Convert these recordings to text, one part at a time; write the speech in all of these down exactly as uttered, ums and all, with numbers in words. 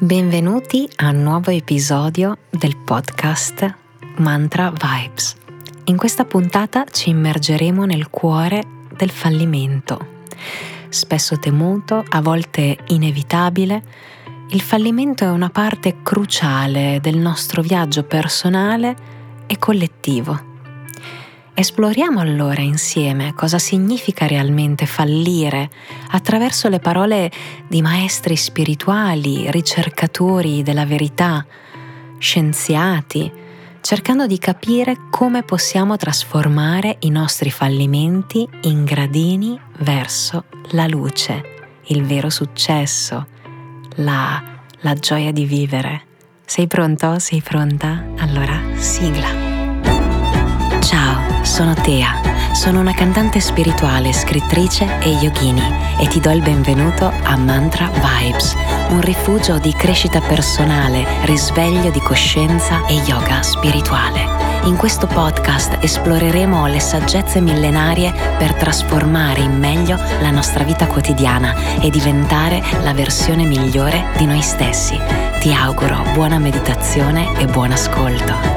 Benvenuti a un nuovo episodio del podcast Mantra Vibes. In questa puntata ci immergeremo nel cuore del fallimento. Spesso temuto, a volte inevitabile, il fallimento è una parte cruciale del nostro viaggio personale e collettivo. Esploriamo allora insieme cosa significa realmente fallire attraverso le parole di maestri spirituali, ricercatori della verità, scienziati, cercando di capire come possiamo trasformare i nostri fallimenti in gradini verso la luce, il vero successo, la, la gioia di vivere. Sei pronto? Sei pronta? Allora, sigla! Ciao, sono Tea, sono una cantante spirituale, scrittrice e yogini e ti do il benvenuto a Mantra Vibes, un rifugio di crescita personale, risveglio di coscienza e yoga spirituale. In questo podcast esploreremo le saggezze millenarie per trasformare in meglio la nostra vita quotidiana e diventare la versione migliore di noi stessi. Ti auguro buona meditazione e buon ascolto.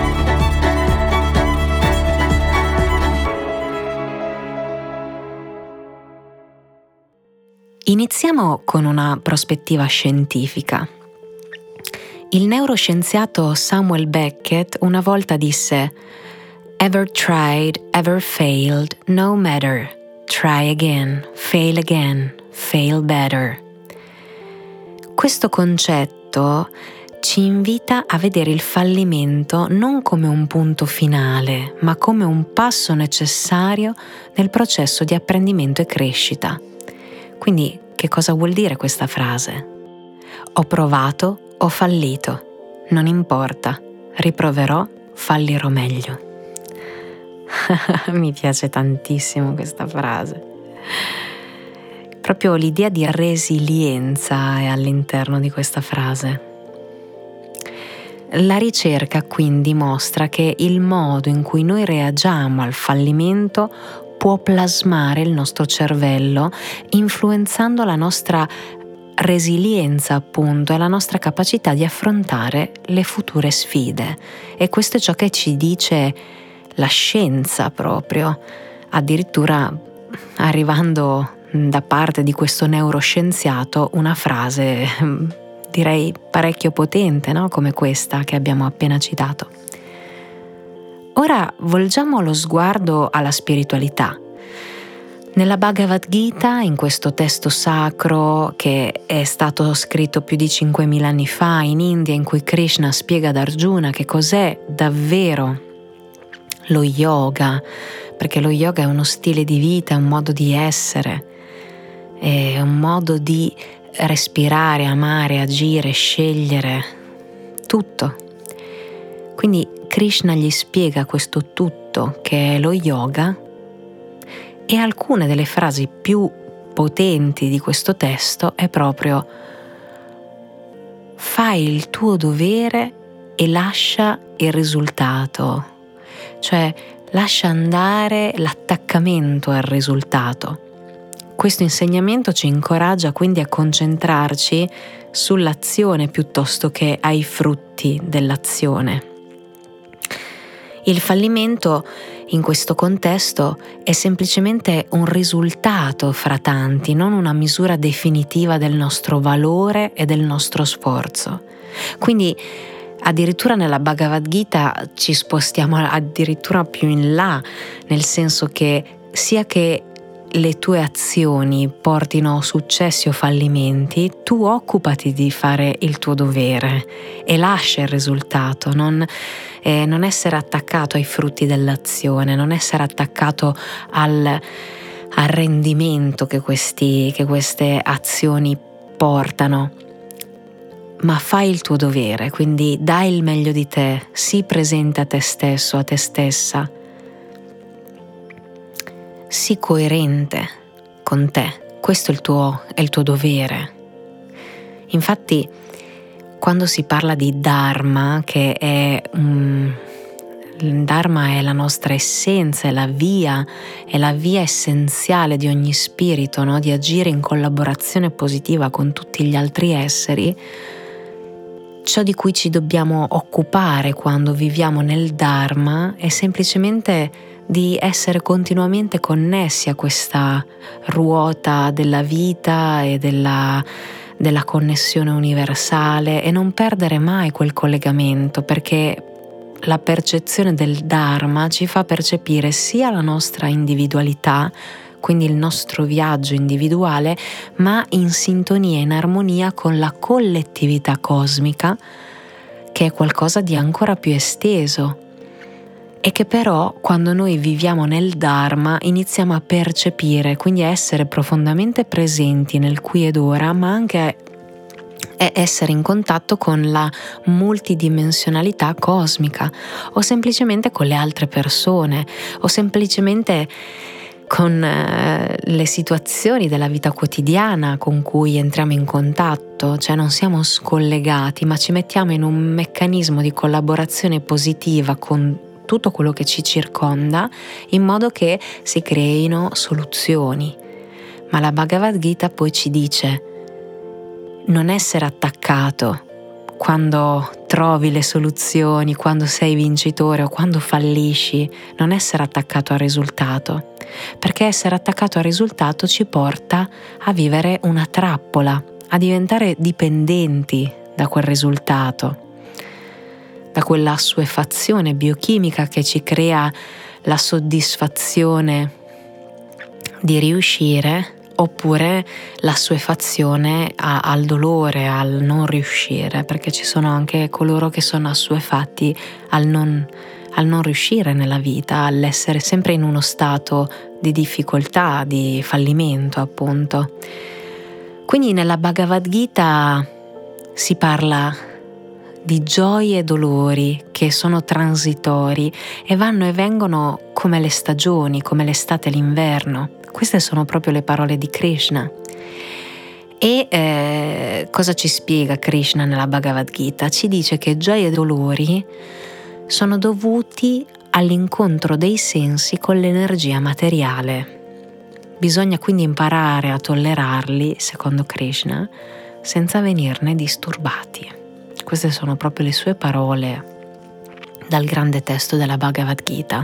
Iniziamo con una prospettiva scientifica. Il neuroscienziato Samuel Beckett una volta disse: "Ever tried, ever failed, no matter. Try again, fail again, fail better." Questo concetto ci invita a vedere il fallimento non come un punto finale, ma come un passo necessario nel processo di apprendimento e crescita. Quindi, che cosa vuol dire questa frase? Ho provato, ho fallito. Non importa, riproverò, fallirò meglio. Mi piace tantissimo questa frase. Proprio l'idea di resilienza è all'interno di questa frase. La ricerca quindi mostra che il modo in cui noi reagiamo al fallimento può plasmare il nostro cervello, influenzando la nostra resilienza, appunto, e la nostra capacità di affrontare le future sfide. E questo è ciò che ci dice la scienza proprio, addirittura arrivando da parte di questo neuroscienziato una frase, direi parecchio potente, no? Come questa che abbiamo appena citato. Ora volgiamo lo sguardo alla spiritualità. Nella Bhagavad Gita, in questo testo sacro che è stato scritto più di cinquemila anni fa in India, in cui Krishna spiega ad Arjuna che cos'è davvero lo yoga, perché lo yoga è uno stile di vita, è un modo di essere, è un modo di respirare, amare, agire, scegliere, tutto. Quindi Krishna gli spiega questo tutto che è lo yoga, e alcune delle frasi più potenti di questo testo è proprio: fai il tuo dovere e lascia il risultato, cioè lascia andare l'attaccamento al risultato. Questo insegnamento ci incoraggia quindi a concentrarci sull'azione piuttosto che ai frutti dell'azione. Il fallimento in questo contesto è semplicemente un risultato fra tanti, non una misura definitiva del nostro valore e del nostro sforzo. Quindi addirittura nella Bhagavad Gita ci spostiamo addirittura più in là, nel senso che sia che le tue azioni portino successi o fallimenti, tu occupati di fare il tuo dovere e lascia il risultato, non, eh, non essere attaccato ai frutti dell'azione, non essere attaccato al, al rendimento che, questi, che queste azioni portano, ma fai il tuo dovere, quindi dai il meglio di te, sii presente a te stesso, a te stessa. Sii coerente con te, questo è il tuo, è il tuo dovere. Infatti, quando si parla di Dharma, che è um, il Dharma è la nostra essenza, è la via, è la via essenziale di ogni spirito, no? Di agire in collaborazione positiva con tutti gli altri esseri, ciò di cui ci dobbiamo occupare quando viviamo nel Dharma è semplicemente di essere continuamente connessi a questa ruota della vita e della, della connessione universale e non perdere mai quel collegamento, perché la percezione del Dharma ci fa percepire sia la nostra individualità, quindi il nostro viaggio individuale, ma in sintonia, in armonia con la collettività cosmica, che è qualcosa di ancora più esteso e che però quando noi viviamo nel Dharma iniziamo a percepire, quindi a essere profondamente presenti nel qui ed ora, ma anche è essere in contatto con la multidimensionalità cosmica, o semplicemente con le altre persone, o semplicemente con eh, le situazioni della vita quotidiana con cui entriamo in contatto, cioè non siamo scollegati, ma ci mettiamo in un meccanismo di collaborazione positiva con tutto quello che ci circonda, in modo che si creino soluzioni. Ma la Bhagavad Gita poi ci dice: non essere attaccato quando trovi le soluzioni, quando sei vincitore o quando fallisci, non essere attaccato al risultato, perché essere attaccato al risultato ci porta a vivere una trappola, a diventare dipendenti da quel risultato, da quella assuefazione biochimica che ci crea la soddisfazione di riuscire, oppure l'assuefazione a, al dolore, al non riuscire, perché ci sono anche coloro che sono assuefatti al non, al non riuscire nella vita, all'essere sempre in uno stato di difficoltà, di fallimento, appunto. Quindi nella Bhagavad Gita si parla di gioie e dolori che sono transitori e vanno e vengono come le stagioni, come l'estate e l'inverno. Queste sono proprio le parole di Krishna. E eh, cosa ci spiega Krishna nella Bhagavad Gita? Ci dice che gioie e dolori sono dovuti all'incontro dei sensi con l'energia materiale. Bisogna quindi imparare a tollerarli, secondo Krishna, senza venirne disturbati. Queste sono proprio le sue parole dal grande testo della Bhagavad Gita.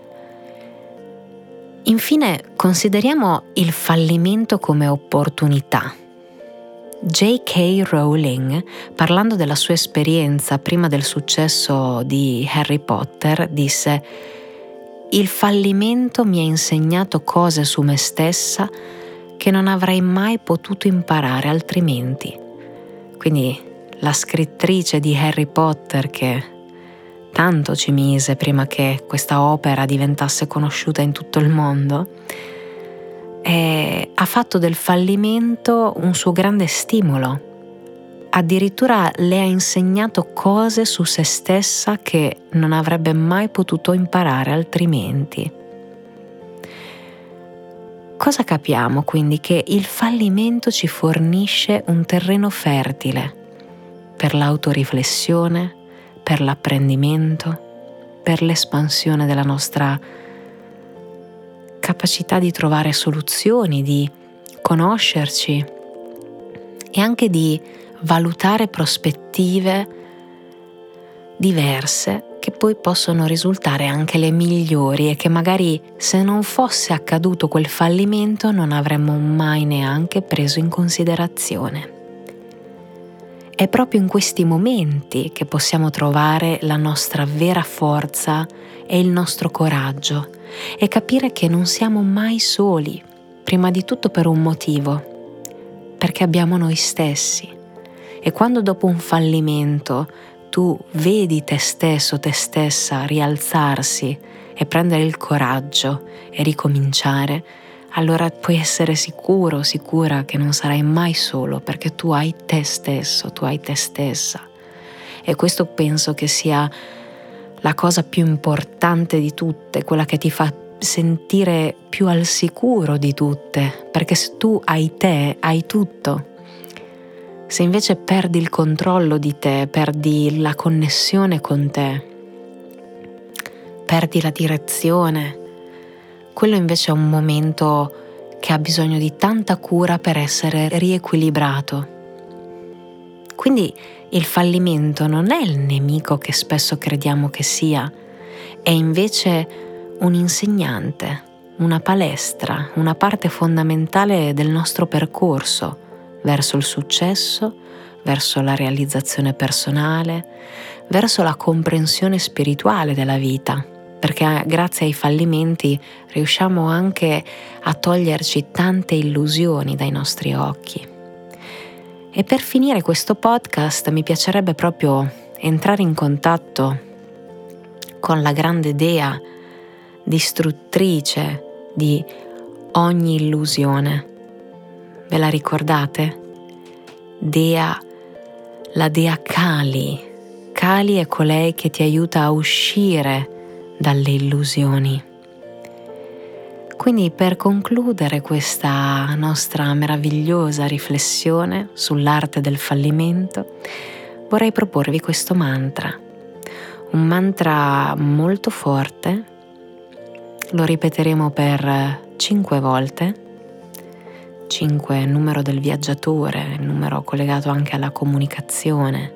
Infine, consideriamo il fallimento come opportunità. J K. Rowling, parlando della sua esperienza prima del successo di Harry Potter, disse: «Il fallimento mi ha insegnato cose su me stessa che non avrei mai potuto imparare altrimenti». Quindi la scrittrice di Harry Potter, che tanto ci mise prima che questa opera diventasse conosciuta in tutto il mondo, e ha fatto del fallimento un suo grande stimolo. Addirittura le ha insegnato cose su se stessa che non avrebbe mai potuto imparare altrimenti. Cosa capiamo quindi? Che il fallimento ci fornisce un terreno fertile per l'autoriflessione, per l'apprendimento, per l'espansione della nostra capacità di trovare soluzioni, di conoscerci e anche di valutare prospettive diverse che poi possono risultare anche le migliori e che magari, se non fosse accaduto quel fallimento, non avremmo mai neanche preso in considerazione. È proprio in questi momenti che possiamo trovare la nostra vera forza e il nostro coraggio e capire che non siamo mai soli, prima di tutto per un motivo, perché abbiamo noi stessi. E quando dopo un fallimento tu vedi te stesso, te stessa rialzarsi e prendere il coraggio e ricominciare, allora puoi essere sicuro, sicura che non sarai mai solo, perché tu hai te stesso, tu hai te stessa. E questo penso che sia la cosa più importante di tutte, quella che ti fa sentire più al sicuro di tutte, perché se tu hai te, hai tutto. Se invece perdi il controllo di te, perdi la connessione con te, perdi la direzione, quello invece è un momento che ha bisogno di tanta cura per essere riequilibrato. Quindi il fallimento non è il nemico che spesso crediamo che sia, è invece un insegnante, una palestra, una parte fondamentale del nostro percorso verso il successo, verso la realizzazione personale, verso la comprensione spirituale della vita, perché grazie ai fallimenti riusciamo anche a toglierci tante illusioni dai nostri occhi. E per finire questo podcast mi piacerebbe proprio entrare in contatto con la grande dea distruttrice di ogni illusione. Ve la ricordate? Dea, la dea Kali. Kali è colei che ti aiuta a uscire dalle illusioni. Quindi per concludere questa nostra meravigliosa riflessione sull'arte del fallimento, vorrei proporvi questo mantra. Un mantra molto forte, lo ripeteremo per cinque volte. cinque è il numero del viaggiatore, il numero collegato anche alla comunicazione.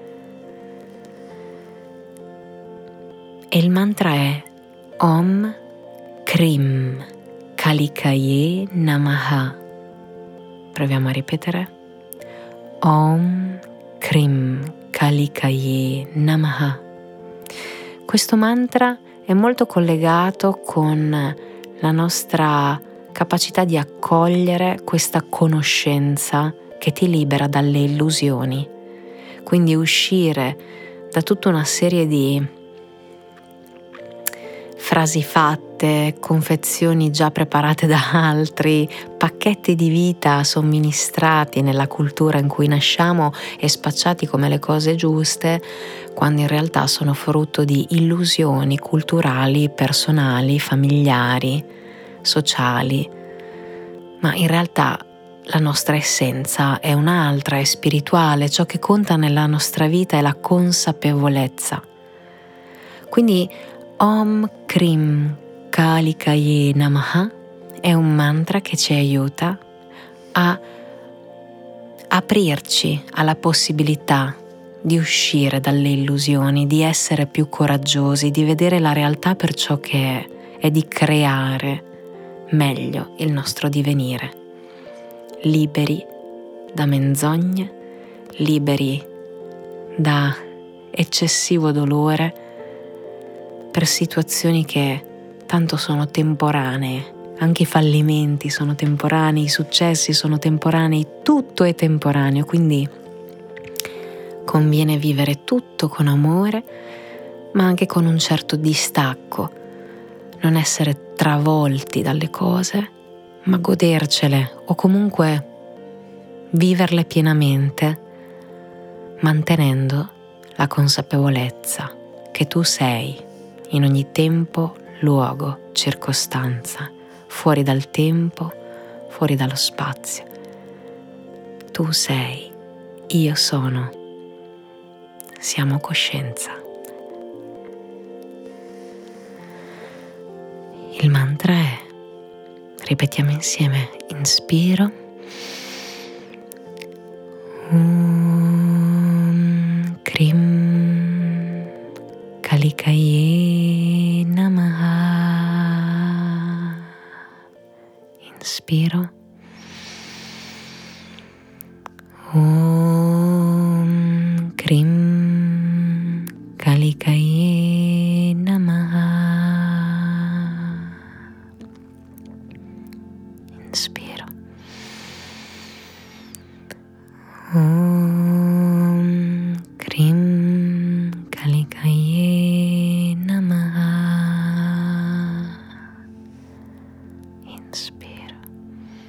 E il mantra è Om Krim Kalikaye Namaha. Proviamo a ripetere. Om Krim Kalikaye Namaha. Questo mantra è molto collegato con la nostra capacità di accogliere questa conoscenza che ti libera dalle illusioni. Quindi uscire da tutta una serie di frasi fatte, confezioni già preparate da altri, pacchetti di vita somministrati nella cultura in cui nasciamo e spacciati come le cose giuste, quando in realtà sono frutto di illusioni culturali, personali, familiari, sociali. Ma in realtà la nostra essenza è un'altra, è spirituale. Ciò che conta nella nostra vita è la consapevolezza. Quindi Om Krim Kalikaye Namaha è un mantra che ci aiuta a aprirci alla possibilità di uscire dalle illusioni, di essere più coraggiosi, di vedere la realtà per ciò che è e di creare meglio il nostro divenire. Liberi da menzogne, liberi da eccessivo dolore, per situazioni che tanto sono temporanee, anche i fallimenti sono temporanei, i successi sono temporanei, tutto è temporaneo, quindi conviene vivere tutto con amore, ma anche con un certo distacco, non essere travolti dalle cose, ma godercele o comunque viverle pienamente, mantenendo la consapevolezza che tu sei in ogni tempo, luogo, circostanza, fuori dal tempo, fuori dallo spazio. Tu sei, io sono, siamo coscienza. Il mantra è, ripetiamo insieme, inspiro, Om Krim Kalikaye Namaha. Inspiro. Om Krim Kalikaye Namaha. Inspiro. Om Krim Kalikaye Namaha. Inspiro.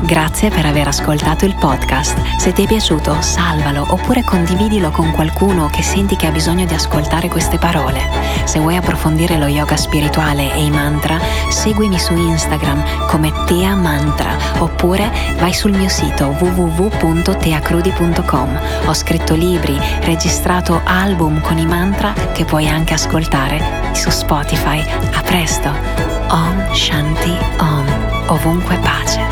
Grazie per aver ascoltato il podcast. Se ti è piaciuto, salvalo oppure condividilo con qualcuno che senti che ha bisogno di ascoltare queste parole. Se vuoi approfondire lo yoga spirituale e i mantra, seguimi su Instagram come Tea Mantra oppure vai sul mio sito w w w punto teacrudi punto com. Ho scritto libri, registrato album con i mantra che puoi anche ascoltare su Spotify. A presto! Om Shanti Om. Ovunque pace.